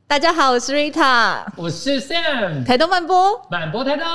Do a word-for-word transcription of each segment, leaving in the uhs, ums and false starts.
大家好，我是 Rita， 我是 Sam， 台东慢播， 慢播台东。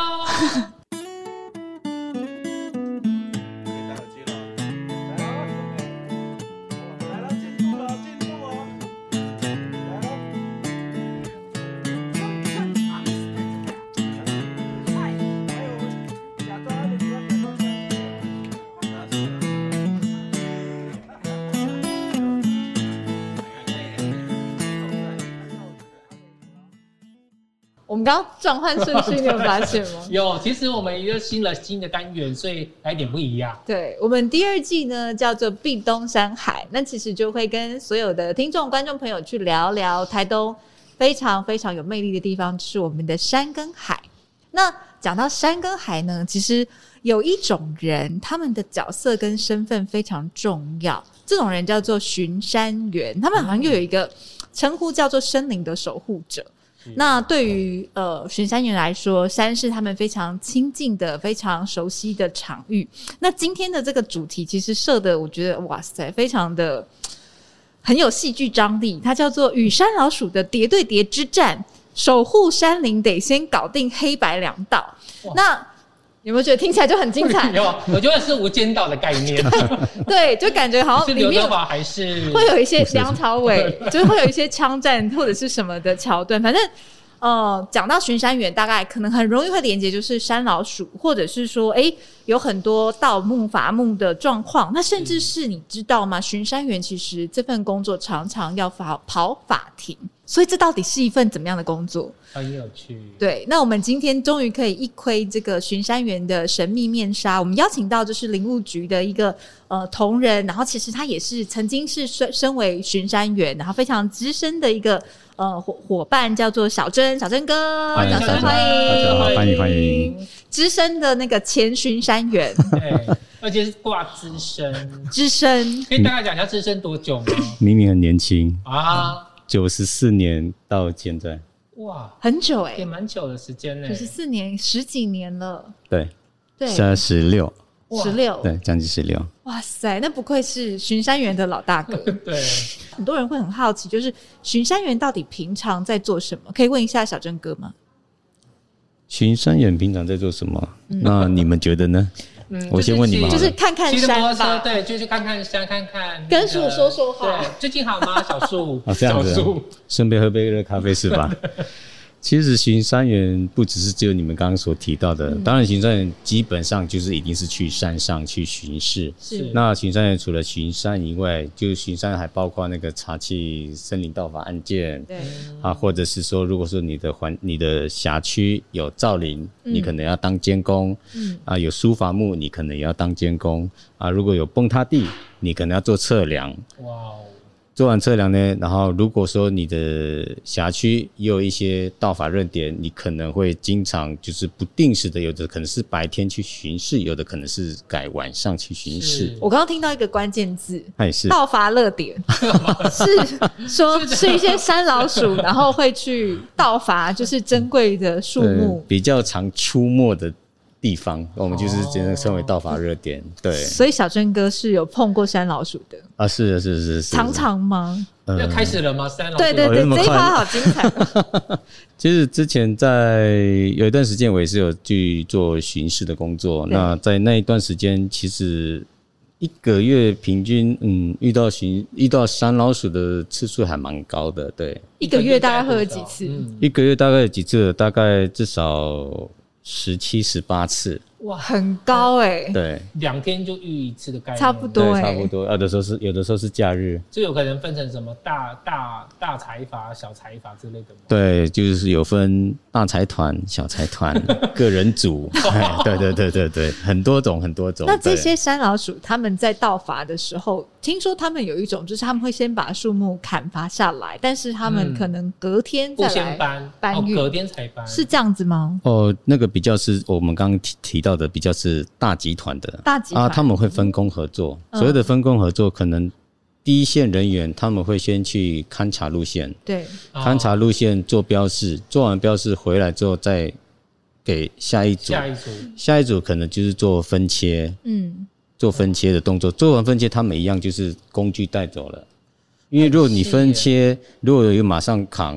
我们刚刚转换顺序，你有发现吗？ 有，其实我们一个新了新的单元，所以来点不一样。 对，我们第二季呢叫做壁东山海，那其实就会跟所有的听众、观众朋友去聊聊台东非常非常有魅力的地方，就是我们的山跟海。那讲到山跟海呢，其实有一种人，他们的角色跟身份非常重要，这种人叫做巡山员，他们好像又有一个称呼叫做森林的守护者。那对于呃巡山员来说，山是他们非常亲近的、非常熟悉的场域。那今天的这个主题其实设的，我觉得哇塞，非常的很有戏剧张力。它叫做与山老鼠的叠对叠之战，守护山林得先搞定黑白两道。那有没有觉得听起来就很精彩？ 有，我觉得是无间道的概念。 对，就感觉好像是刘德华还是会有一些梁朝伟，就是会有一些枪战或者是什么的桥段。反正呃，讲到巡山员，大概可能很容易会连结，就是山老鼠，或者是说，哎，有很多盗墓伐木的状况。那甚至是你知道吗？巡山员其实这份工作常常要跑跑法庭。所以这到底是一份怎么样的工作？ 很有趣。 对，那我们今天终于可以一窥这个巡山员的神秘面纱。我们邀请到就是林务局的一个呃同仁，然后其实他也是曾经是身为巡山员，然后非常资深的一个呃伙伙伴，叫做小珍，小珍哥，掌声欢迎！ 大家好，欢迎欢迎！ 资深的那个前巡山员， 对，而且是挂资深， 资深， 可以大概讲一下资深多久吗？ 明明很年轻啊。 九十四年到现在， 哇， 很久哎、欸， 也蛮久的时间嘞， 九十四年，十几年了。 对， 对， 现在十六， 十六， 对，将近十六。 哇塞，那不愧是巡山员的老大哥。 对， 很多人会很好奇，就是巡山员到底平常在做什么？可以问一下小珍哥吗？ 巡山员平常在做什么？嗯、那你们觉得呢？嗯，我先问你们好了， 就是看看山吧， 对，就去看看山，看看跟树说说话。 对，最近好吗，小树？ 啊，这样子、啊，顺便喝杯热咖啡是吧？其实巡山员不只是只有你们刚刚所提到的，嗯、当然巡山员基本上就是一定是去山上去巡视。 是。 那巡山员除了巡山以外，就是巡山还包括那个查缉森林盗伐案件， 对啊，或者是说，如果说你的环、你的辖区有造林，嗯、你可能要当监工，嗯，啊，有疏伐木，你可能也要当监工，啊，如果有崩塌地，你可能要做测量。 哇哦。 做完测量呢，然后如果说你的辖区也有一些盗伐热点，你可能会经常就是不定时的，有的可能是白天去巡视，有的可能是改晚上去巡视。 我刚刚听到一个关键字， 哎，是盗伐热点，是说是一些山老鼠，然后会去盗伐就是珍贵的树木， 比较常出没的地方，我们就是真的称为盗伐热点。对， 所以小珍哥是有碰过山老鼠的啊，是的，是是是， 常常吗？ 要、呃、开始了吗？山老鼠， 对对对，哦、这一趴好精彩。 其实之前在有一段时间，我也是有去做巡视的工作。那在那一段时间，其实一个月平均，嗯，遇到巡遇到山老鼠的次数还蛮高的。对， 一个月大概会有几次？ 嗯、一个月大概有几次？大概至少十七、十八次。 哇，很高哎、欸！ 对， 两天就遇一次的概念， 差不多、欸， 差不多。有的时候是，有的时候是假日， 就有可能分成什么大大大财阀、小财阀之类的吗？ 对，就是有分大财团、小财团、个人组，对对对对对，很多种很多种。 那这些山老鼠他们在盗伐的时候，听说他们有一种，就是他们会先把树木砍伐下来，但是他们可能隔天再来搬搬运、 嗯哦，隔天才搬， 是这样子吗？ 哦，那个比较是我们刚刚提提到的，比较是大集团的， 大集团啊，他们会分工合作。嗯、所谓的分工合作，可能第一线人员他们会先去勘察路线， 对， 勘察路线做标示，做完标示回来之后再给下一组， 下一组， 下一组可能就是做分切，嗯，做分切的动作。做完分切，他们一样就是工具带走了，因为如果你分切，如果有马上扛。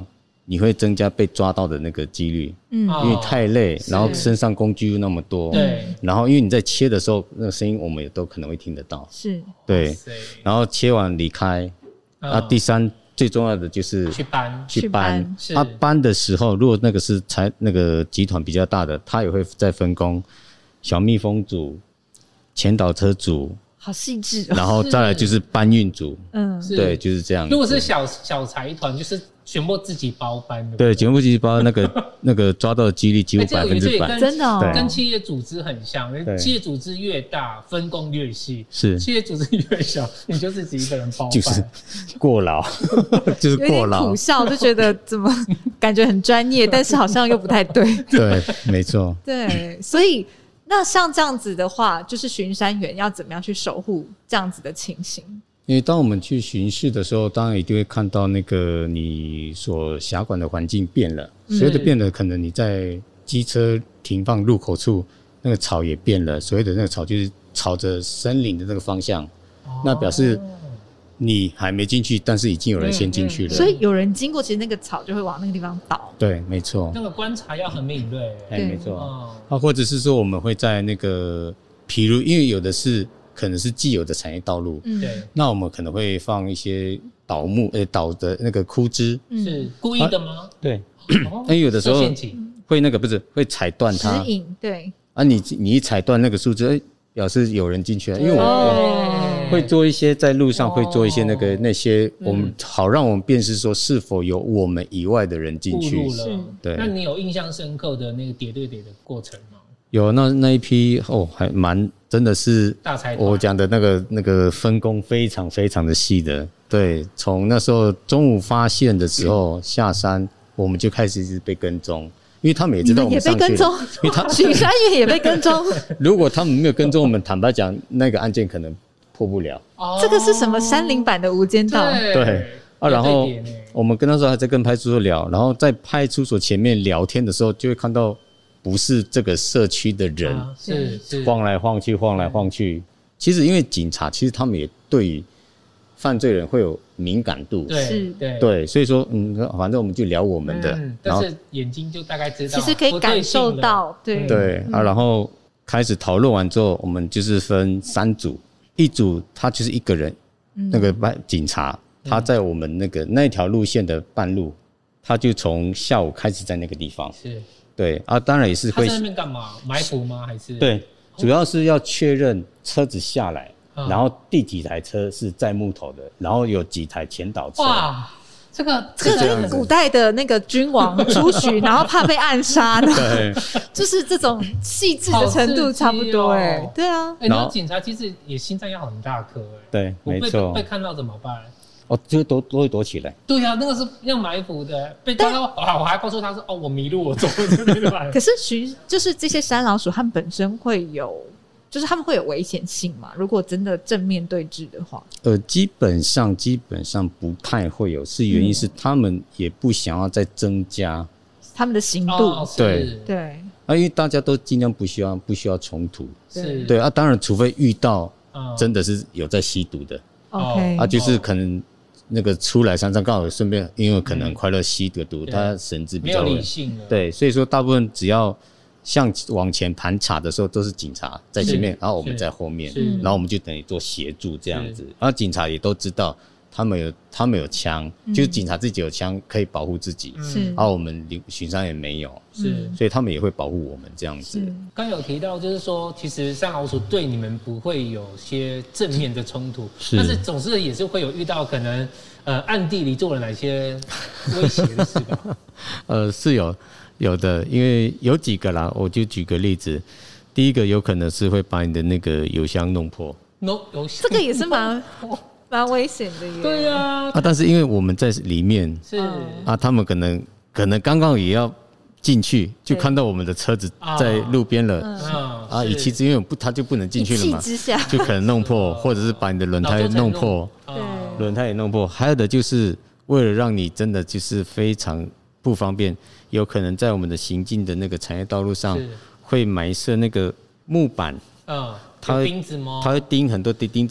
你会增加被抓到的那个几率， 嗯， 因为太累， 是然后身上工具又那么多， 对， 然后因为你在切的时候，那个声音我们也都可能会听得到， 是， 对哇，塞然后切完离开， 嗯啊，第三最重要的就是去搬， 去去搬搬， 是啊，搬的时候，如果那个是财那个集团比较大的，他也会再分工，小蜜蜂组、前导车组， 好细致哦。 然后再来就是搬运组， 嗯， 是对，就是这样。 如果是小小财团，就是全部自己包班的。 对，全部其包那个那个抓到的几率几乎哎这百分之百， 个也跟真的哦对跟企业组织很像。 对企业组织越大，分工越细； 是企业组织越小，你就自己一个人包办。 就是过劳，就是有过劳点苦，笑，就觉得怎么感觉很专业，但是好像又不太对。 对，没错。 对，所以那像这样子的话，就是巡山员要怎么样去守护这样子的情形？ 因为当我们去巡视的时候，当然一定会看到那个你所辖管的环境变了， 嗯所谓的变了，可能你在机车停放入口处，那个草也变了，所谓的那个草就是朝着森林的那个方向， 哦那表示你还没进去，但是已经有人先进去了。 所以有人经过，其实那个草就会往那个地方倒。 对，没错， 那个观察要很敏锐。 哎， 对没错。 哦， 啊，或者是说我们会在那个，譬如因为有的是可能是既有的产业道路， 嗯， 对， 那我们可能会放一些倒木，呃，倒的那个枯枝， 嗯， 是故意的吗？ 对， 哦因为有的时候设陷阱会那个不是会踩断它指引对， 啊你，你一踩断那个树枝，哎表示有人进去了，因为我、 哦我会做一些在路上会做一些那个、 哦那些，我们嗯好让我们辨识说是否有我们以外的人进去误入。 是了。 对那你有印象深刻的那个叠对叠的过程吗？ 有那那一批哦，还蛮真的是大财团我讲的那个那个分工非常非常的细的。对，从那时候中午发现的时候、嗯、下山，我们就开始一直被跟踪，因为他们也知道我们也被跟踪， 因为他巡山员也被跟踪。 如果他们没有跟踪我们，坦白讲，那个案件可能破不了。 哦这个是什么山林版的无间道？ 对对啊，然后我们跟那时候还在跟派出所聊，然后在派出所前面聊天的时候，就会看到不是这个社区的人、 啊、是是晃来晃去，晃来晃去。其实因为警察，其实他们也对于犯罪人会有敏感度， 对对对，所以说嗯，反正我们就聊我们的， 嗯、 然后但是眼睛就大概知道， 其实可以感受到，对对、嗯、啊，然后开始讨论完之后，我们就是分三组，一组他就是一个人，嗯、那个警察他在我们那个那条路线的半路，他就从下午开始在那个地方， 是， 对啊，当然也是会他在那边干嘛？埋伏吗？还是对，主要是要确认车子下来。 嗯、 然后第几台车是载木头的，然后有几台前导车。 哇，这个这个跟古代的那个君王出巡，然后怕被暗杀的， 对， 就是这种细致的程度差不多哎、欸哦， 对啊。 哎、欸，那警察其实也心脏要很大颗哎、欸， 对，没错。 被看到怎么办？ 哦，就都都会躲起来。 对啊，那个是要埋伏的，被看到啊，我还告诉他说哦，我迷路，我走了这边。 可是巡就是这些山老鼠，它们本身会有。就是他们会有危险性嘛？如果真的正面对峙的话， 呃，基本上基本上不太会有，是原因是他们也不想要再增加他们的行度， 哦、 对对啊，因为大家都尽量不需要不需要冲突， 是对啊，当然除非遇到真的是有在吸毒的、 嗯、，OK 啊，就是可能那个出来山上刚好顺便，因为可能快乐吸的毒，嗯、他神智比较没有理性了， 对，所以说大部分只要。像往前盘查的时候，都是警察在前面，然后我们在后面，然后我们就等于做协助这样子。然后警察也都知道，他们有他们有枪，就是警察自己有枪可以保护自己， 是。 然后我们巡山也没有， 是， 所以他们也会保护我们这样子。 刚有提到，就是说，其实山老鼠对你们不会有些正面的冲突，但是总是也是会有遇到可能呃暗地里做了哪些威胁的事吧？ 呃，是有。有的，因为有几个啦，我就举个例子。第一个有可能是会把你的那个油箱弄破， no, 油箱这个也是蛮蛮危险的耶。 对啊， 啊，但是因为我们在里面， 是啊，他们可能可能刚刚也要进去，就看到我们的车子在路边了， 啊， 啊，一气之因为不他就不能进去了嘛， 一气之下就可能弄破，或者是把你的轮胎弄破，轮胎也弄破。还有的就是为了让你真的就是非常不方便。有可能在我们的行进的那个产业道路上，会埋设那个木板， 嗯， 它会钉子吗？ 它会钉很多钉钉子，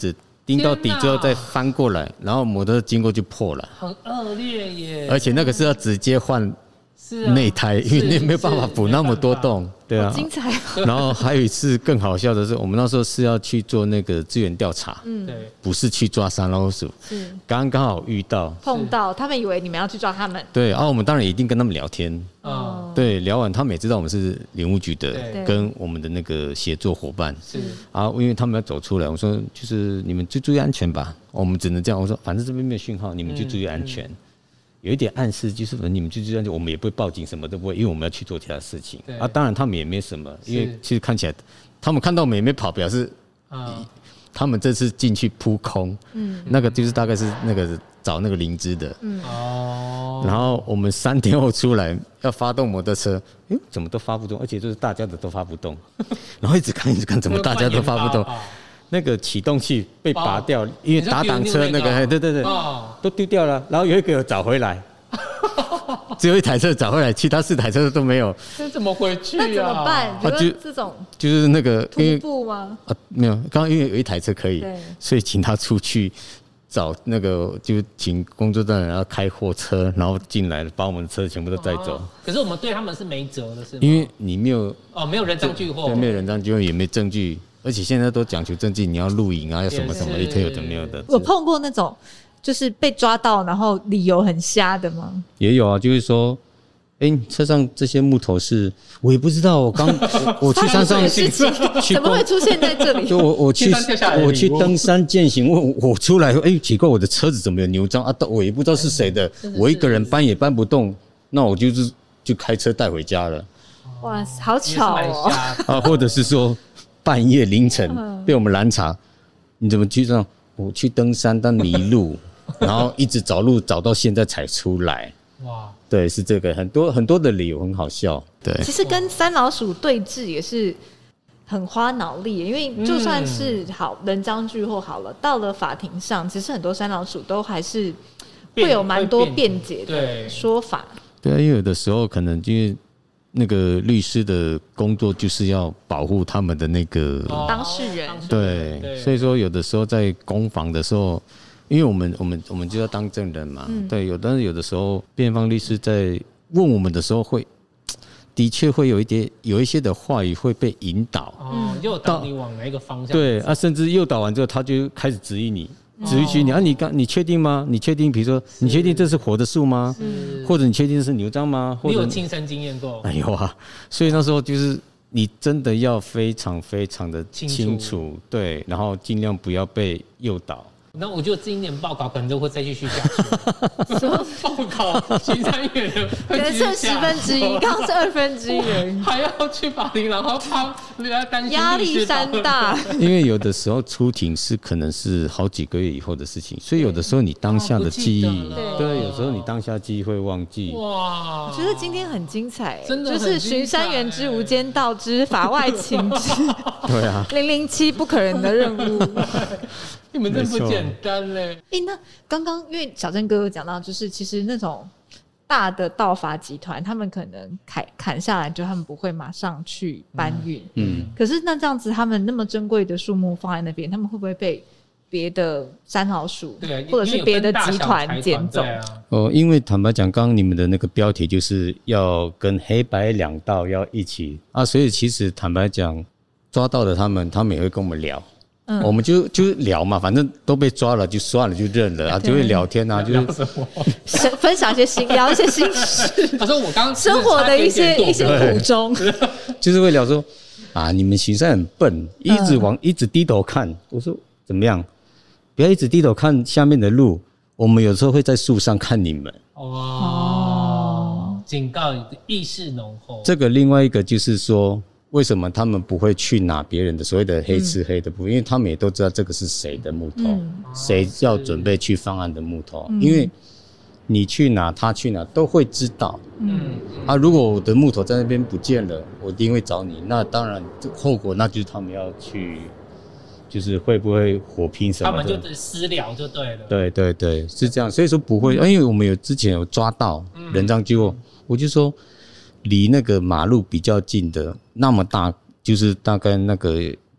钉到底之后再翻过来，然后摩托车经过就破了， 很恶劣耶。 而且那个是要直接换内胎，因为你没有办法补那么多洞，对啊， 精彩。 然后还有一次更好笑的是，我们那时候是要去做那个资源调查，嗯， 对， 不是去抓山老鼠，是刚刚好遇到碰到，他们以为你们要去抓他们， 对，然后我们当然一定跟他们聊天， 哦， 对，聊完他们也知道我们是林务局的， 对跟我们的那个协作伙伴， 是啊，因为他们要走出来，我说就是你们就注意安全吧，我们只能这样，我说反正这边没有讯号，你们就注意安全。嗯嗯，有一点暗示，就是你们就这样，我们也不会报警，什么都不会，因为我们要去做其他事情。啊，当然他们也没什么，因为其实看起来，他们看到我们也没跑，表示，他们这次进去扑空，嗯，那个就是大概是那个找那个灵芝的，嗯，哦，然后我们三天后出来要发动摩托车，哎，怎么都发不动，而且就是大家的都发不动，然后一直看一直看，怎么大家都发不动。那个启动器被拔掉，哦、因为打挡车那个，对对对，哦、都丢掉了。然后有一个有找回来，只有一台车找回来，其他四台车都没有。 那怎么回去啊？ 那怎么办？比如说这种就是那个徒步吗？ 啊，没有，刚刚因为有一台车可以，所以请他出去找那个，就请工作人员然后开货车，然后进来把我们的车全部都带走。哦、 可是我们对他们是没辙的，是吗？ 因为你没有哦，没有人赃俱获， 对，没有人赃俱获，也没证据。而且现在都讲求证据，你要录影啊，要什么什么一堆有的没有的。 我碰过那种就是被抓到，然后理由很瞎的吗？ 也有啊，就是说，哎、欸，车上这些木头是，我也不知道，我刚我去山上事情怎么会出现在这里？ 就我我去我去登山健行，我我出来，哎、欸，奇怪，我的车子怎么有牛章啊？我也不知道是谁的，我一个人搬也搬不动，那我就是就开车带回家了。 哇，好巧哦！ 啊，或者是说。半夜凌晨被我们拦查，你怎么去这样？我去登山但迷路，然后一直找路找到现在才出来。哇，对，是这个很多很多的理由，很好笑。对， 其实跟山老鼠对峙也是很花脑力，因为就算是好人赃俱获好了，到了法庭上，其实很多山老鼠都还是会有蛮多辩解的说法。 对啊，因为有的时候可能因为。那个律师的工作就是要保护他们的那个当事人， 对，对，所以说有的时候在攻防的时候，因为我们我们我们就要当证人嘛，嗯、对，有但是有的时候辩方律师在问我们的时候会，的确会有一点有一些的话语会被引导， 哦，诱导你往哪一个方向？ 对啊，甚至诱导完之后，他就开始质疑你。质疑你啊，你刚你确定吗？你确定？比如说，你确定这是活的树吗？或者你确定是牛樟吗？或者你有亲身经验过？ 哎呦啊！所以那时候就是你真的要非常非常的清楚，对，然后尽量不要被诱导。 那我觉得今年报考可能都会再继续下去。什么报考巡山员的？ 可能剩十分之一，刚刚是二分之一而已。 还要去法庭，然后怕人家担心压力山大。 因为有的时候出庭是可能是好几个月以后的事情，所以有的时候你当下的记忆，对，有时候你当下记忆会忘记。 哇！我觉得今天很精彩，真的就是巡山员之无间道之法外情之， 对啊， 零零七不可能的任务。 你们真不简单嘞！ 哎、欸，那刚刚因为小郑哥哥讲到，就是其实那种大的盗伐集团，他们可能砍砍下来，就他们不会马上去搬运。嗯，可是那这样子，他们那么珍贵的树木放在那边，他们会不会被别的山老鼠，或者是别的集团捡走？ 哦，因为坦白讲，刚刚你们的那个标题就是要跟黑白两道要一起啊，所以其实坦白讲，抓到的他们，他们也会跟我们聊。嗯、我们就就聊嘛，反正都被抓了就算了，就认了啊，就会聊天啊，就是分享一些心，聊一些心事。 他说我刚生活的一些一些苦衷， 就是会聊说啊，你们巡山很笨，一直往、嗯、一直低头看。我说怎么样？不要一直低头看下面的路，我们有时候会在树上看你们。 哦，警告意识浓厚。 这个另外一个就是说。为什么他们不会去拿别人的所谓的黑吃黑的部分？嗯、因为他们也都知道这个是谁的木头，谁、嗯、要准备去方案的木头。嗯、因为你去拿，他去拿，都会知道。嗯啊，如果我的木头在那边不见了，我一定会找你。那当然，后果那就是他们要去，就是会不会火拼什么的？ 他们就私了就对了。 对对对，是这样。所以说不会，嗯、因为我们有之前有抓到人赃俱获，嗯、我就说。离那个马路比较近的那么大，就是大概那个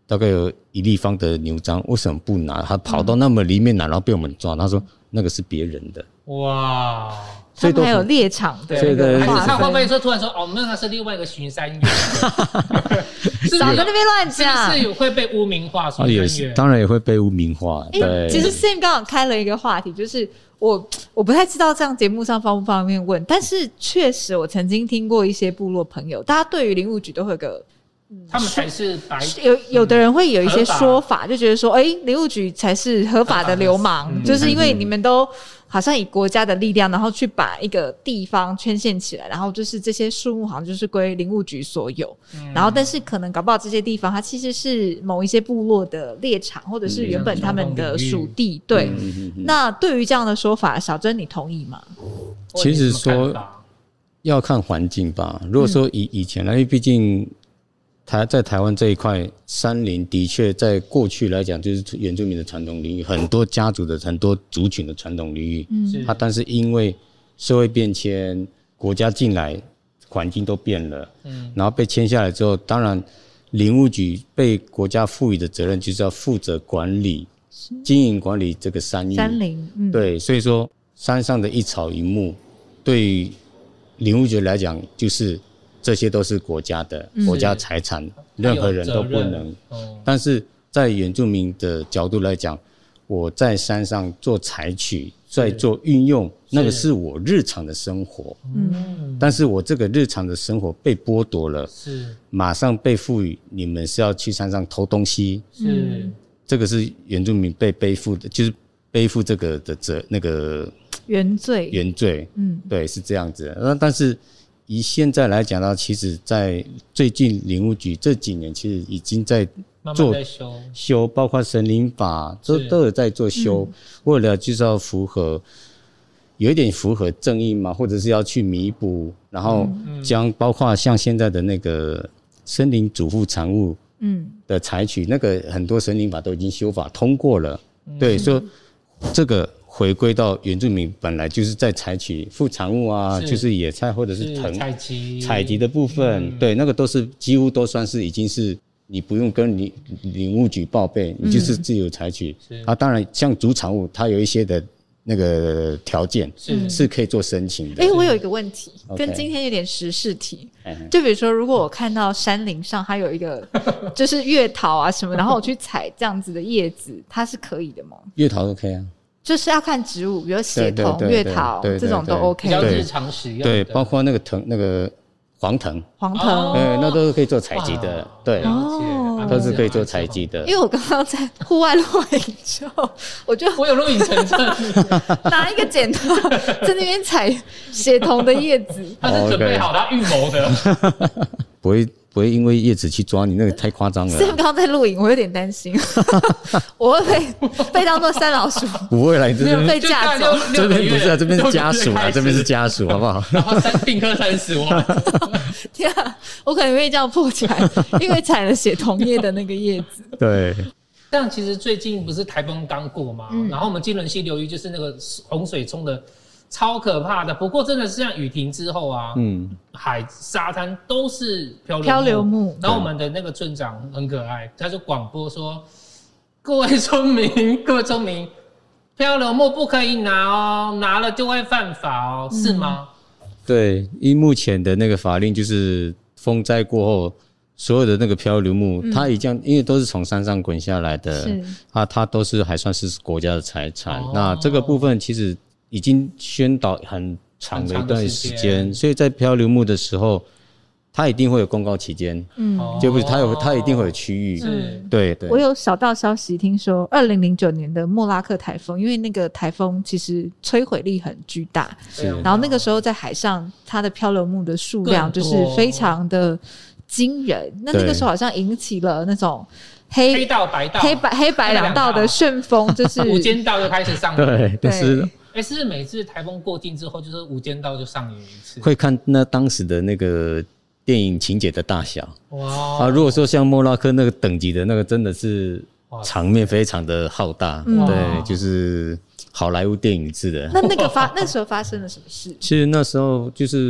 大概有一立方的牛樟，为什么不拿？他跑到那么里面拿，然后被我们抓。他说那个是别人的。 哇！ 他们还有猎场的， 对对， 还是他会不会说突然说哦，那个是另外一个巡山员？ 少在那边乱讲， 是会被污名化？巡山员、 啊、也是，当然也会被污名化。欸、对， 其实 Sam 刚好开了一个话题，就是我我不太知道这样节目上方不方便问，但是确实我曾经听过一些部落朋友，大家对于林务局都会有个。 他们才是白有有的人会有一些说法，就觉得说，哎、欸，林务局才是合法的流氓，嗯、就是因为你们都好像以国家的力量，然后去把一个地方圈限起来，然后就是这些树木好像就是归林务局所有，嗯、然后但是可能搞不好这些地方它其实是某一些部落的猎场，或者是原本他们的属地。嗯、对，嗯、那对于这样的说法，小珍你同意吗？ 其实说要看环境吧。如果说以以前来，因为毕竟。台在台湾这一块山林的确在过去来讲就是原住民的传统领域，很多家族的很多族群的传统领域。嗯，它但是因为社会变迁，国家进来，环境都变了。嗯，然后被签下来之后，当然林务局被国家赋予的责任就是要负责管理、经营管理这个山域。 山林，嗯， 对，所以说山上的一草一木，对于林务局来讲就是。这些都是国家的国家财产，任何人都不能。但是在原住民的角度来讲，我在山上做采取，在做运用，那个是我日常的生活。嗯，但是我这个日常的生活被剥夺了，是马上被赋予你们是要去山上偷东西。是，这个是原住民被背负的，就是背负这个的责那个原罪。 原罪，嗯，对，是这样子。那但是。以现在来讲呢，其实在最近林务局这几年，其实已经在做慢慢在修修，包括森林法都都有在做修，嗯、为了就是要符合，有一点符合正义嘛，或者是要去弥补，然后将包括像现在的那个森林主护产物嗯的采取，那个很多森林法都已经修法通过了，嗯、对，所以这个。回归到原住民本来就是在采取副产物啊，是就是野菜或者是藤采集采集的部分，嗯、对，那个都是几乎都算是已经是你不用跟林林务局报备，你就是自由采取。嗯、啊，当然像主产物，它有一些的那个条件是是可以做申请的。 哎、欸，我有一个问题，跟今天有点时事题，就比如说，如果我看到山林上它有一个就是月桃啊什么，然后我去采这样子的叶子，它是可以的吗？ 月桃都可以啊。 就是要看植物，比如血桐、月桃这种都 OK， 比较日常使用的。 对，包括那个藤、那个黄藤、 黄藤， 对，那都是可以做采集的。对，哦，都是可以做采集的。 因为我刚刚在户外录影之后，我就我有录影成分， 拿一个剪刀在那边采血桐的叶子， 他是准备好他预谋的， 不会。不会因为叶子去抓你，那个太夸张了。 Sam 刚刚在录影，我有点担心，我会被被当作山老鼠。 不会啦，这边被架走。 这边不是啊，这边是家属啊，这边是家属，好不好？ 然后三定课三十万。 天啊，我可能会这样破产，因为采了血桐叶的那个叶子。 对。 但其实最近不是台风刚过嘛，嗯、然后我们金轮溪流域就是那个洪水冲的。超可怕的，不过真的是像雨停之后啊，嗯，海沙滩都是漂流漂流木。 然后我们的那个村长很可爱，他就广播说：“各位村民，各位村民，漂流木不可以拿哦，拿了就会犯法哦，嗯、是吗？” 对，因目前的那个法令就是风灾过后，所有的那个漂流木，嗯、它已经因为都是从山上滚下来的，它它都是还算是国家的财产。哦、那这个部分其实。已经宣导很长的一段时间，所以在漂流木的时候，它一定会有公告期间，嗯，就不是它有它一定会有区域， 是， 对对。 我有小道消息，听说二零零九年的莫拉克台风，因为那个台风其实摧毁力很巨大，是，然后那个时候在海上，它的漂流木的数量就是非常的惊人，那那个时候好像引起了那种。黑, 黑道白道黑白黑白两道的旋风，就是无间道又开始上演。对，就是哎、欸，是每次台风过境之后，就是无间道就上演一次。 会看那当时的那个电影情节的大小。哇啊，如果说像莫拉克那个等级的那个，真的是场面非常的浩大。对，就是好莱坞电影制的。 那那个发那时候发生了什么事？ 其实那时候就是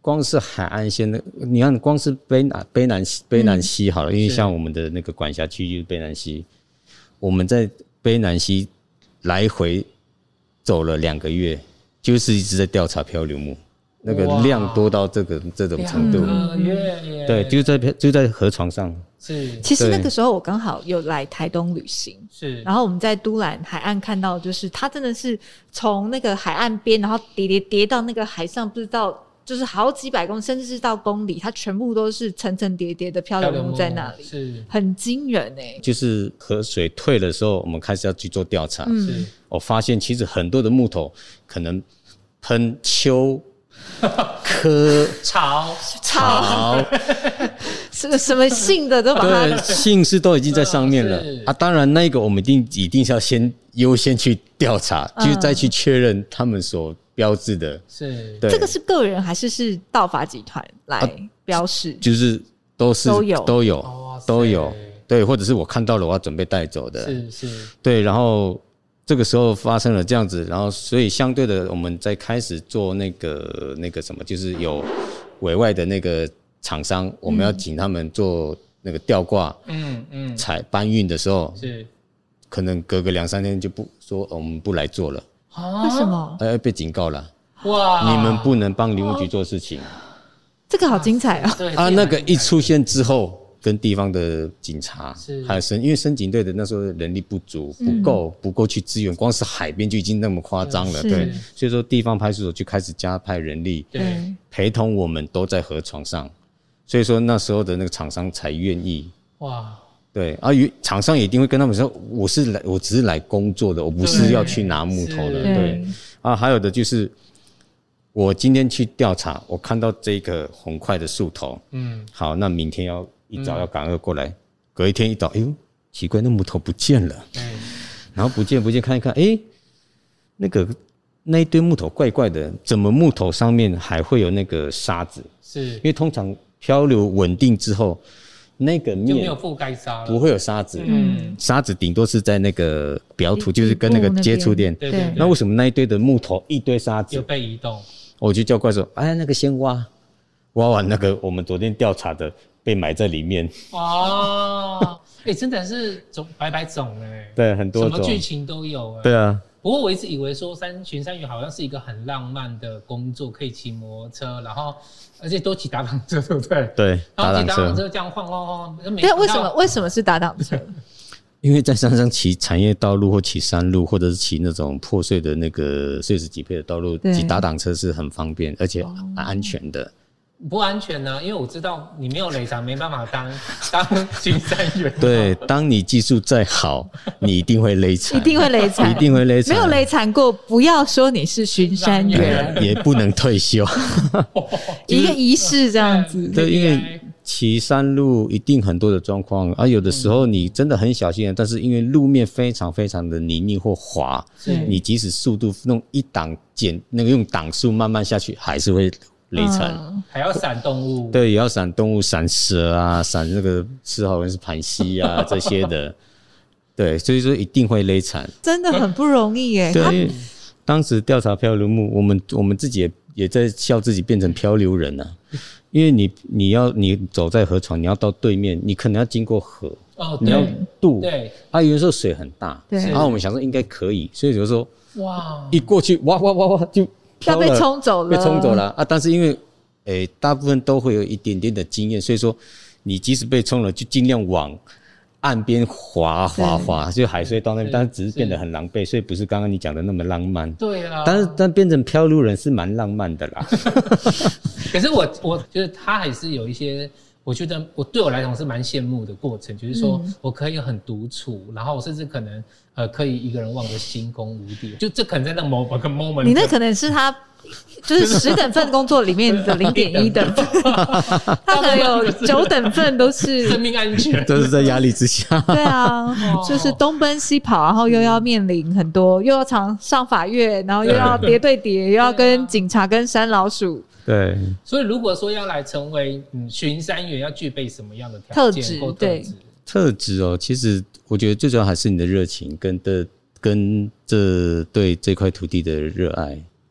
光是海岸线的，你看光是卑南卑南卑南溪好了，嗯、因为像我们的那个管辖区域卑南溪，我们在卑南溪来回走了两个月，就是一直在调查漂流木，那个量多到这个这种程度。 两个月耶， 对，就在就在河床上。 是， 其实那个时候我刚好有来台东旅行， 是， 然后我们在都兰海岸看到，就是它真的是从那个海岸边，然后叠叠叠到那个海上，不知道就是好几百公里，甚至是到公里，它全部都是层层叠叠的漂流木在那里， 是很惊人哎、欸。 就是河水退的时候，我们开始要去做调查， 嗯， 我发现其实很多的木头可能喷丘。科草草， 什什么性的都把它对姓氏都已经在上面了啊！当然，那个我们一定一定是要先优先去调查，嗯、就再去确认他们所标志的。 是， 这个是个人还是是盗伐集团来标示？啊、 就是都是都有都有、哦、都有，对，或者是我看到了，我要准备带走的。 是是， 对，然后。这个时候发生了这样子，然后所以相对的，我们在开始做那个那个什么，就是有委外的那个厂商，我们要请他们做那个吊挂，嗯嗯，采搬运的时候， 是可能隔个两三天就不说、哦、我们不来做了， 为什么？ 哎，被警告了， 哇！ 你们不能帮林务局做事情， 这个好精彩啊！ 对啊，那个一出现之后。跟地方的警察还有申，因为申警队的那时候人力不足，不够、嗯、不够去支援，光是海边就已经那么夸张了，对，所以说地方派出所就开始加派人力， 对， 陪同我们都在河床上，所以说那时候的那个厂商才愿意， 哇， 对，啊，厂商也一定会跟他们说，我是来，我只是来工作的，我不是要去拿木头的，对，对啊，还有的就是。我今天去调查，我看到这个红块的树头，嗯，好，那明天要一早要赶快过来，嗯、隔一天一早，哎呦，奇怪，那木头不见了，嗯，然后不见不见，看一看，哎、欸，那个那一堆木头怪怪的，怎么木头上面还会有那个沙子？是，因为通常漂流稳定之后，那个面就没有覆盖沙了， 不会有沙子，嗯，沙子顶多是在那个表土，就是跟那个接触点， 对对对。 那为什么那一堆的木头一堆沙子有被移动？ 我就叫怪兽，哎，那个先挖，挖完那个我们昨天调查的被埋在里面。 哦，哎、欸，真的是种百百种哎， 对，很多种， 什么剧情都有哎。 对啊。 不过我一直以为说山巡山员好像是一个很浪漫的工作，可以骑摩托车，然后而且都骑打挡车，对不对？ 对， 然后骑打挡车这样晃晃晃。 对，为什么为什么是打挡车？ 因为在山上骑产业道路或骑山路，或者是骑那种破碎的那个碎石级配的道路，骑打挡车是很方便，而且很安全的。 不安全呢、啊，因为我知道你没有雷残，没办法当当巡山员。 对，当你技术再好，你一定会雷残， 一定会雷残， 一定会雷残。 没有雷残过，不要说你是巡山员， 也不能退休。 一个仪式这样子。 对，因为骑山路一定很多的状况啊，有的时候你真的很小心，但是因为路面非常非常的泥泞或滑，你即使速度弄一档减，那个用档数慢慢下去，还是会雷残、嗯， 还要闪动物， 对，也要闪动物，闪蛇啊，闪那个四号人是盘溪啊这些的，对，所以说一定会雷残， 真的很不容易耶。 对，当时调查漂流木，我们我们自己也也在笑自己变成漂流人啊，因为你你要你走在河床，你要到对面，你可能要经过河， 哦， 你要渡， 对， 啊，有的时候水很大， 对， 然后我们想说应该可以，所以有时候哇， 一过去，哇哇哇哇就。 要被冲走了， 被冲走了啊！但是因为，诶、欸，大部分都会有一点点的经验，所以说你即使被冲了，就尽量往岸边滑滑滑，就海水到那边，但是只是变得很狼狈，所以不是刚刚你讲的那么浪漫。 对啊， 但是但变成漂流人是蛮浪漫的啦。 可是我我觉得他还是有一些。我觉得我对我来讲是蛮羡慕的过程，就是说我可以很独处，嗯、然后我甚至可能呃可以一个人望着星空无敌，就这可能在那某个 moment。 你那可能是他就是十等份工作里面的零点一等份，他可能有九等份都是生命安全， 都是在压力之下。 对啊，就是东奔西跑，然后又要面临很多，又要常上法院，然后又要叠对叠，又要跟警察跟山老鼠。 对， 所以如果说要来成为嗯巡山员，要具备什么样的条件或特质？ 特质哦，其实我觉得最主要还是你的热情跟的跟这对这块土地的热爱。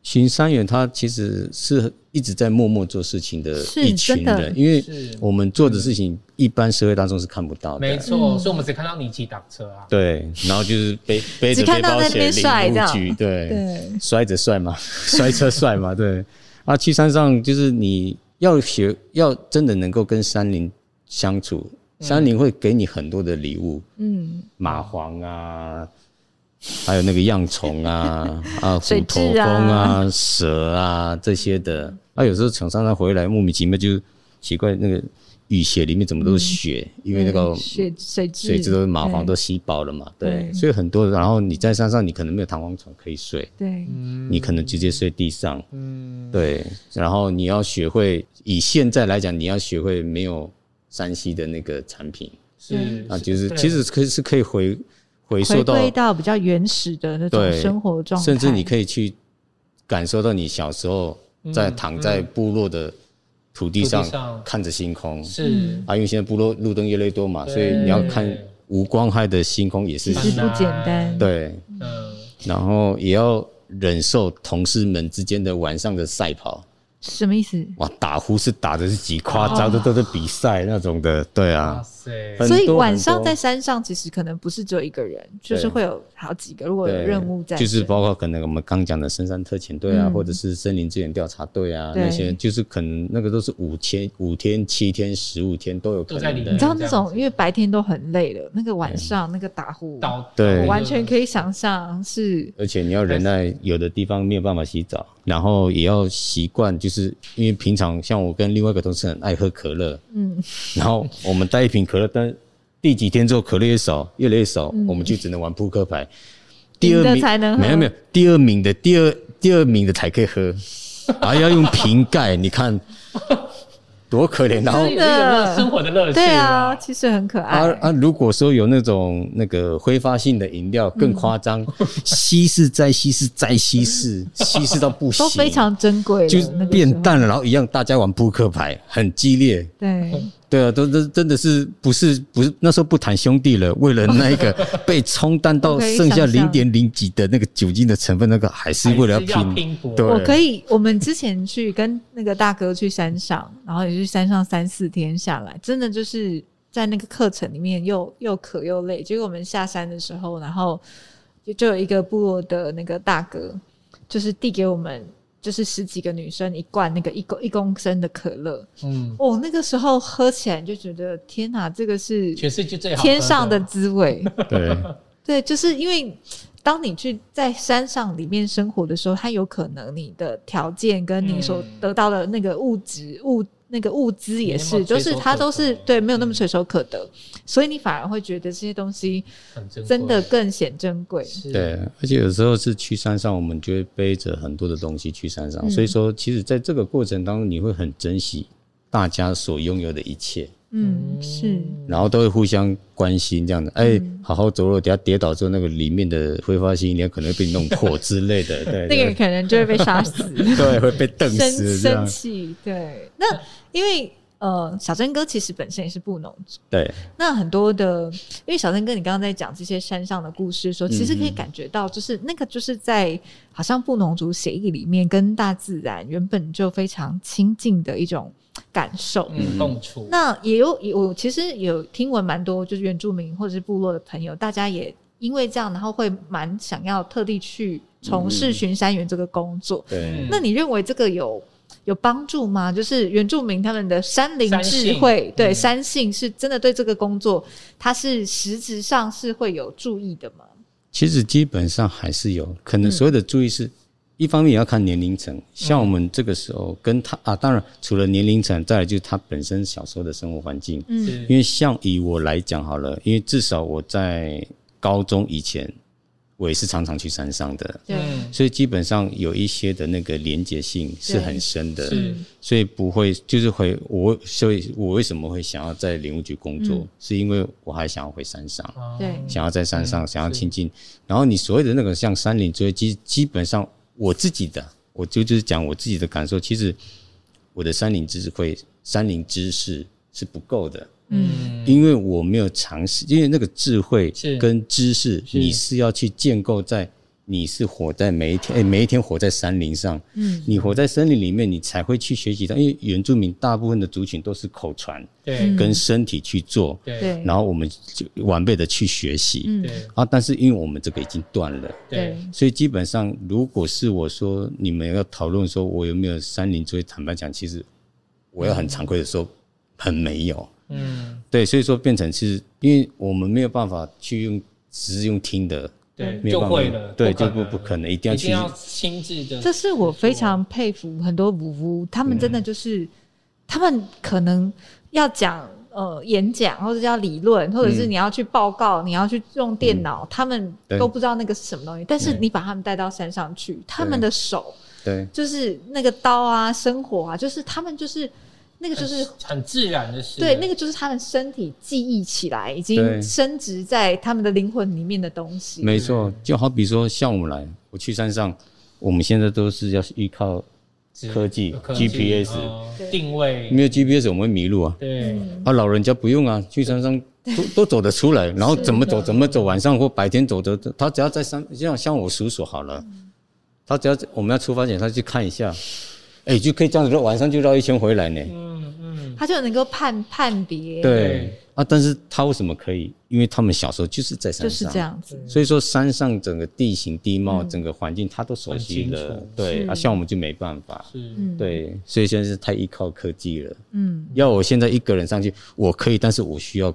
巡山员他其实是一直在默默做事情的一群人，因为我们做的事情一般社会当中是看不到的。 没错，所以我们只看到你骑挡车啊。 对，然后就是背背着背包鞋领路局，对对，摔着帅嘛，摔车帅嘛，对。啊，去山上就是你要学，要真的能够跟山林相处，山林会给你很多的礼物，嗯，蚂蟥啊。还有那个恙虫啊，啊，虎头蜂啊，蛇啊这些的，啊，有时候从山上回来，莫名其妙就奇怪，那个雨鞋里面怎么都是血，嗯、因为那个血水质水质都蚂蟥都吸饱了嘛，对，对所以很多，然后你在山上，你可能没有弹簧床可以睡，对，你可能直接睡地上，嗯，对，然后你要学会，以现在来讲，你要学会没有山西的那个产品，是啊，就是其实可以是可以回。回收到回归到比较原始的那种生活状态， 甚至你可以去感受到你小时候在躺在部落的土地上看着星空，是啊，因为现在部落路灯越来越多嘛，所以你要看无光害的星空也是其实不简单， 对，嗯，然后也要忍受同事们之间的晚上的赛跑。 什么意思？ 哇，打呼是打的是极夸张的，都是比赛那种的，对啊。 所以晚上在山上其实可能不是只有一个人，就是会有好几个。如果有任务在， 就是包括可能我们刚讲的深山特遣队啊，嗯、或者是森林资源调查队啊，那些就是可能那个都是五天、五天、七天、十五天都有可能的。 你知道那种因为白天都很累了，那个晚上那个打呼， 对， 我完全可以想象是。 而且你要忍耐，有的地方没有办法洗澡，然后也要习惯，就是因为平常像我跟另外一个同事很爱喝可乐，嗯，然后我们带一瓶可乐，但第几天之后可乐越少，越来越少，嗯、我们就只能玩扑克牌。第二名才能喝， 没有没有，第二名的第二第二名的才可以喝，还要用瓶盖，你看多可怜。然后真的生活的乐趣， 对啊，其实很可爱。 啊啊，如果说有那种那个挥发性的饮料，更夸张，嗯、稀释再稀释再稀释，稀释到不行， 都非常珍贵， 就变淡了。然后一样，大家玩扑克牌，很激烈。 对。 对啊，都都真的是不是不是那时候不谈兄弟了，为了那一个被冲淡到剩下零点零几的那个酒精的成分，那个还是为了要拼。 对，我可以，我们之前去跟那个大哥去山上，然后也去山上三四天下来，真的就是在那个课程里面又又渴又累。结果我们下山的时候，然后就有一个部落的那个大哥，就是递给我们。就是十几个女生一罐那个一公一公升的可乐，嗯，哦，那个时候喝起来就觉得天哪，这个是全世界最好天上的滋味。 对对，就是因为当你去在山上里面生活的时候，它有可能你的条件跟你所得到的那个物质、嗯、物那个物资也是，就是它都是对没有那么垂手可得，嗯、所以你反而会觉得这些东西真的更显珍贵。 对，而且有时候是去山上，我们就会背着很多的东西去山上，嗯、所以说其实在这个过程当中，你会很珍惜大家所拥有的一切。 嗯，是， 然后都会互相关心这样的，哎、欸嗯，好好走路，等下跌倒之后，那个里面的挥发性你可能会被弄破之类的，对， 那个可能就会被杀死， 对，会被瞪死， 生气，对。那因为呃，小珍哥其实本身也是布农族， 对。 那很多的，因为小珍哥你刚刚在讲这些山上的故事的时候，其实可以感觉到，就是那个就是在好像布农族血液里面跟大自然原本就非常亲近的一种感受， 嗯，共处。 那也有我其实有听闻蛮多，就是原住民或者是部落的朋友，大家也因为这样，然后会蛮想要特地去从事巡山员这个工作。嗯、对，那你认为这个有有帮助吗？就是原住民他们的山林智慧，对、嗯、山性是真的对这个工作，它是实质上是会有注意的吗？ 其实基本上还是有，可能所有的注意是。嗯，一方面也要看年龄层，像我们这个时候跟他啊，当然除了年龄层，再来就是他本身小时候的生活环境。嗯，因为像以我来讲好了，因为至少我在高中以前，我也是常常去山上的，对，所以基本上有一些的那个连结性是很深的，所以不会就是会我，所以我为什么会想要在林务局工作，嗯、是因为我还想要回山上，对，想要在山上、嗯、想要亲近，然后你所谓的那个像山林追基基本上。我自己的，我就就是讲我自己的感受。其实我的山林智慧、山林知识是不够的，嗯，因为我没有尝试，因为那个智慧跟知识，你是要去建构在你是活在每一天，欸、每一天活在山林上，嗯，你活在森林里面，你才会去学习到，因为原住民大部分的族群都是口传， 对， 跟身体去做， 对， 然后我们就完备的去学习， 嗯， 对， 啊，但是因为我们这个已经断了， 对， 所以基本上，如果是我说你们要讨论说我有没有山林智慧，坦白讲，其实我要很惭愧的说，很没有，嗯，对，所以说变成是因为我们没有办法去用，只是用听的。 对，就会了。 对，就不不可能，一定要去， 一定要亲自的。 这是我非常佩服很多舞夫，他们真的就是，嗯、他们可能要讲呃演讲，或者叫理论，或者是你要去报告，嗯、你要去用电脑，嗯、他们都不知道那个是什么东西。但是你把他们带到山上去，他们的手， 对， 就是那个刀啊、生火啊，就是他们就是。那个就是很自然的事， 对，那个就是他们身体记忆起来，已经深植在他们的灵魂里面的东西。 没错，就好比说，像我们来，我去山上，我们现在都是要依靠科技 ，G P S、 哦、定位， 没有 G P S 我们会迷路啊。 对， 啊，老人家不用啊，去山上都都走得出来，然后怎么走怎么走，晚上或白天走的，他只要在山，像像我叔叔好了，他只要我们要出发前，他去看一下。哎、欸，就可以这样子，晚上就绕一圈回来呢。 嗯嗯，他就能够判判别。 对啊，但是他为什么可以？因为他们小时候就是在山上， 就是这样子。 所以说山上整个地形地貌、嗯、整个环境他都熟悉了。对啊，像我们就没办法。是，对，所以现在是太依靠科技了。嗯，要我现在一个人上去，我可以，但是我需要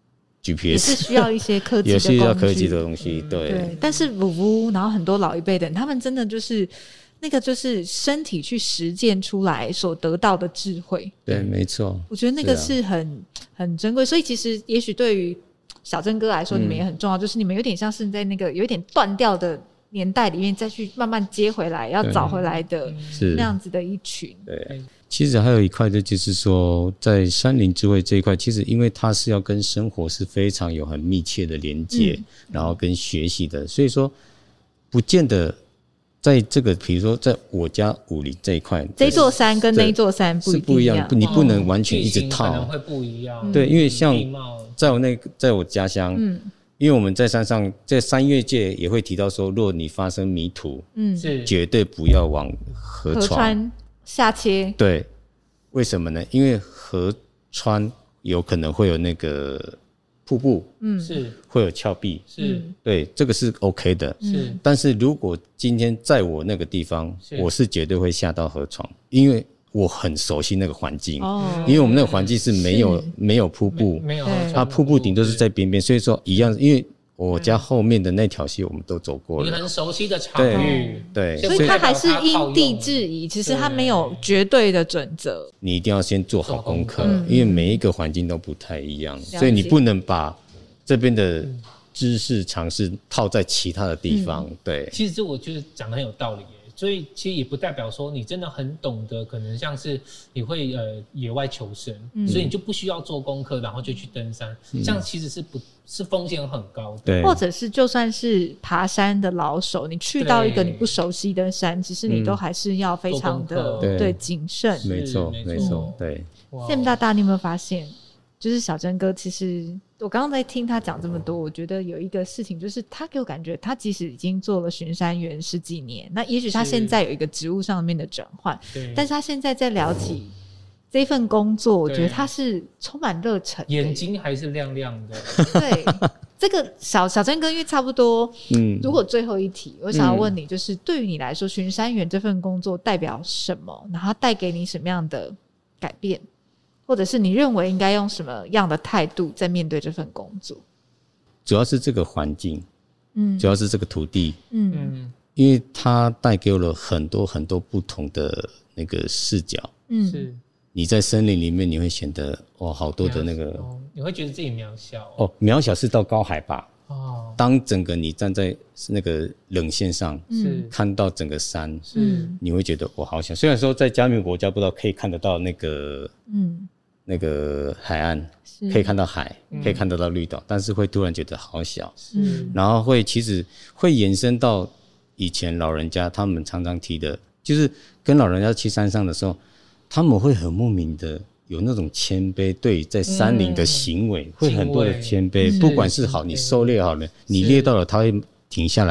G P S， 也是需要一些科技的工具， 也是要科技的东西。对， 对，但是舞夫，然后很多老一辈的人，他们真的就是。那个就是身体去实践出来所得到的智慧， 对，没错。 我觉得那个是很、啊、很珍贵，所以其实也许对于小珍哥来说，你们也很重要，嗯、就是你们有点像是在那个有一点断掉的年代里面，再去慢慢接回来，要找回来的那样子的一群。 对，其实还有一块的就是说，在山林智慧这一块，其实因为它是要跟生活是非常有很密切的连接，嗯、然后跟学习的，所以说不见得。在这个比如说在我家武林这一块， 这座山跟那座山不一是不一样，你不能完全一直套， 可能会不一样。 对，因为像在我那在我家乡，嗯，因为我们在山上，在山岳界也会提到说，若你发生迷途，嗯，是绝对不要往河川, 河川下切。 对，为什么呢？因为河川有可能会有那个。瀑布，嗯，是会有峭壁，是对，这个是 OK 的，是。但是如果今天在我那个地方，是我是绝对会下到河床，因为我很熟悉那个环境，哦，因为我们那个环境是没有没有瀑布，没有，它瀑布顶都是在边边，所以说一样，因为我家后面的那条溪我们都走过了， 你很熟悉的场域， 对， 所以它还是因地制宜，其实它没有绝对的准则。 你一定要先做好功课，因为每一个环境都不太一样，所以你不能把这边的知识常识套在其他的地方。嗯、对， 其实这我觉得讲得很有道理耶。所以其实也不代表说你真的很懂得，可能像是你会呃野外求生，嗯、所以你就不需要做功课，然后就去登山，嗯、这样其实是不是风险很高的。 对， 或者是就算是爬山的老手，你去到一个你不熟悉的山，其实你都还是要非常的、嗯、对谨慎。 没错，没错，对。 谢大大，你有没有发现，就是小珍哥其实。我刚刚在听他讲这么多，我觉得有一个事情就是他给我感觉他即使已经做了巡山员十几年，那也许他现在有一个职务上面的转换，但是他现在在聊起这份工作，我觉得他是充满热忱， 眼睛还是亮亮的。 对，这个小小珍哥因为差不多，嗯，如果最后一题我想要问你，就是对于你来说巡山员这份工作代表什么，然后带给你什么样的改变，或者是你认为应该用什么样的态度在面对这份工作？ 主要是这个环境，嗯，主要是这个土地，嗯，因为它带给我了很多很多不同的那个视角，嗯，是。你在森林里面，你会显得哦，好多的那个， 哦、你会觉得自己渺小哦，哦渺小是到高海拔哦。当整个你站在那个冷线上，是看到整个山，是你会觉得我好小。虽然说在加密国家不知道可以看得到那个，嗯。那个海岸可以看到海，可以看得到绿岛，但是会突然觉得好小，然后会其实会延伸到以前老人家他们常常提的，就是跟老人家去山上的时候，他们会很莫名的有那种谦卑，对在山林的行为、嗯、会很多的谦卑，不管是好你狩猎好了，你猎到了他会停下来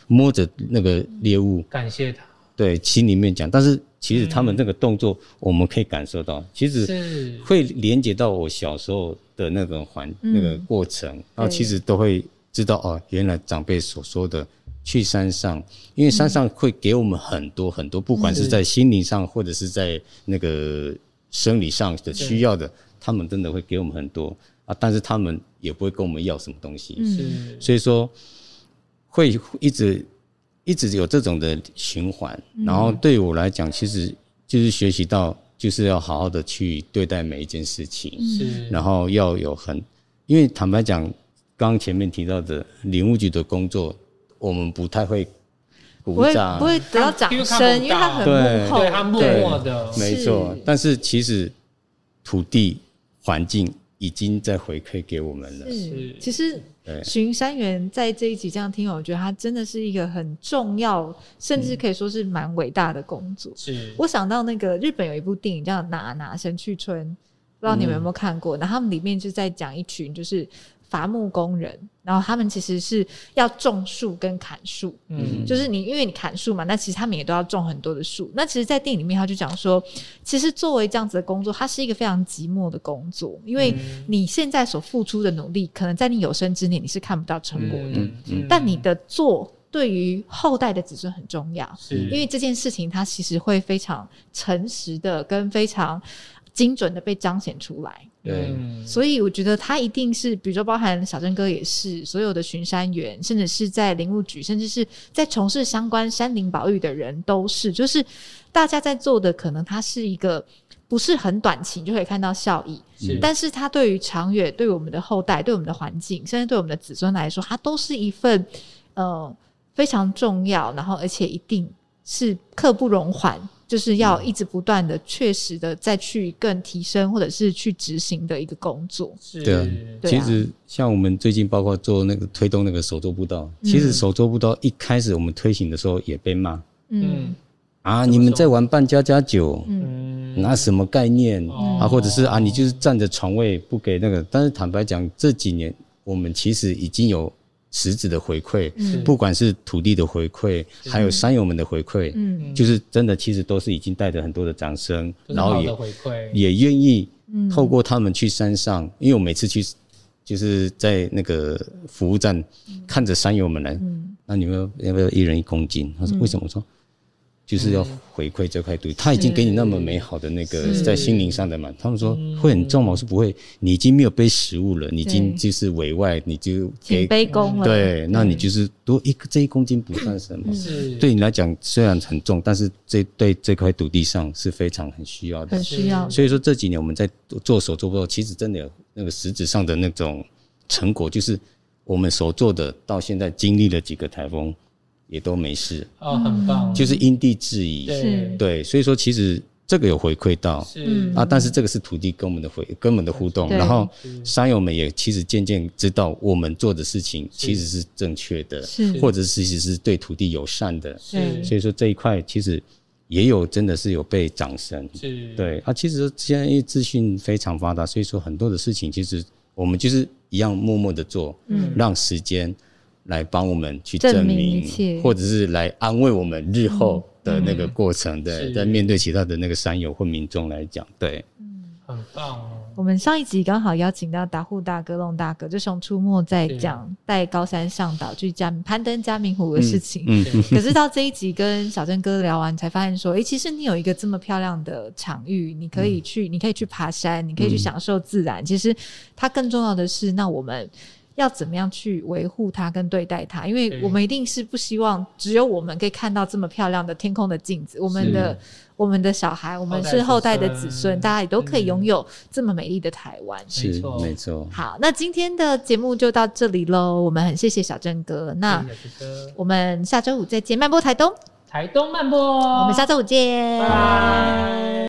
摸着那个猎物， 感谢他， 对，心里面讲，但是其实他们那个动作，我们可以感受到，其实会连接到我小时候的那个环、嗯、那个过程，然后其实都会知道哦，原来长辈所说的去山上，因为山上会给我们很多很多，不管是在心灵上或者是在那个生理上的需要的，他们真的会给我们很多啊，但是他们也不会跟我们要什么东西，嗯、所以说会一直。一直有这种的循环，然后对我来讲，其实就是学习到，就是要好好的去对待每一件事情，是，然后要有很，因为坦白讲，刚刚前面提到的林务局的工作，我们不太会鼓掌， 不会得到掌声，因为他很幕后， 对，他默默的， 没错。但是其实土地环境已经在回馈给我们了， 是，其实。巡山员在这一集这样听，我觉得他真的是一个很重要，甚至可以说是蛮伟大的工作。是，我想到那个日本有一部电影叫《哪哪神去村》，不知道你们有没有看过？然后他们里面就在讲一群就是伐木工人，然后他们其实是要种树跟砍树，嗯，就是你因为你砍树嘛，那其实他们也都要种很多的树。那其实，在电影里面他就讲说，其实作为这样子的工作，它是一个非常寂寞的工作，因为你现在所付出的努力，可能在你有生之年你是看不到成果的，嗯嗯、但你的做对于后代的子孙很重要，因为这件事情它其实会非常诚实的跟非常精准的被彰显出来。对，所以我觉得他一定是，比如说包含小郑哥也是，所有的巡山员，甚至是在林务局，甚至是在从事相关山林保育的人都是，就是大家在做的可能它是一个不是很短期就可以看到效益，是，但是它对于长远，对我们的后代，对我们的环境，甚至对我们的子孙来说，它都是一份呃非常重要，然后而且一定是刻不容缓，就是要一直不断的确实的再去更提升或者是去执行的一个工作。 对啊，其实像我们最近包括做那个推动那个手作步道，嗯、其实手作步道一开始我们推行的时候也被骂，嗯啊，你们在玩扮家家酒，嗯，拿什么概念、嗯、啊，或者是啊，你就是占着床位不给那个。但是坦白讲，这几年我们其实已经有实质的回馈、嗯，不管是土地的回馈，还有山友们的回馈，嗯，就是真的，其实都是已经带着很多的掌声，然后也也愿意透过他们去山上，嗯、因为我每次去就是在那个服务站、嗯、看着山友们来，嗯、那你们要不要一人一公斤？他说为什么？我说就是要回馈这块土地，他已经给你那么美好的那个在心灵上的嘛。他们说会很重吗？我说不会，你已经没有背食物了，你已经就是委外，你就给背公了。 对，那你就是多一这一公斤不算什么，对你来讲虽然很重，但是这对这块土地上是非常很需要的， 很需要。 所以说这几年我们在做手作步道，其实真的有那个实质上的那种成果，就是我们所做的到现在经历了几个台风。也都没事哦，很棒， 就是因地制宜， 对对，所以说其实这个有回馈到，是啊，但是这个是土地跟我们的回根本的互动，然后山友们也其实渐渐知道我们做的事情其实是正确的，或者其实是对土地友善的，是，所以说这一块其实也有真的是有被掌声，是，对啊，其实现在因为资讯非常发达，所以说很多的事情其实我们就是一样默默的做，嗯，让时间来帮我们去证明，证明或者是来安慰我们日后的那个过程，嗯、对，在面对其他的那个山友或民众来讲，对， 嗯，很棒哦。 我们上一集刚好邀请到达户大哥、龙大哥，就熊出没在讲带高山上岛去嘉攀登嘉明湖的事情。嗯嗯、可是到这一集跟小郑哥聊完，才发现说，哎、欸，其实你有一个这么漂亮的场域，你可以去，嗯、你可以去爬山，你可以去享受自然。嗯、其实它更重要的是，那我们要怎么样去维护它跟对待它？因为我们一定是不希望只有我们可以看到这么漂亮的天空的镜子，我们的我们的小孩，我们是后代的子孙，大家也都可以拥有这么美丽的台湾。 是，没错。 好，那今天的节目就到这里咯，我们很谢谢小郑哥，那我们下周五再见，漫播台东， 台东漫播， 我们下周五见，拜拜。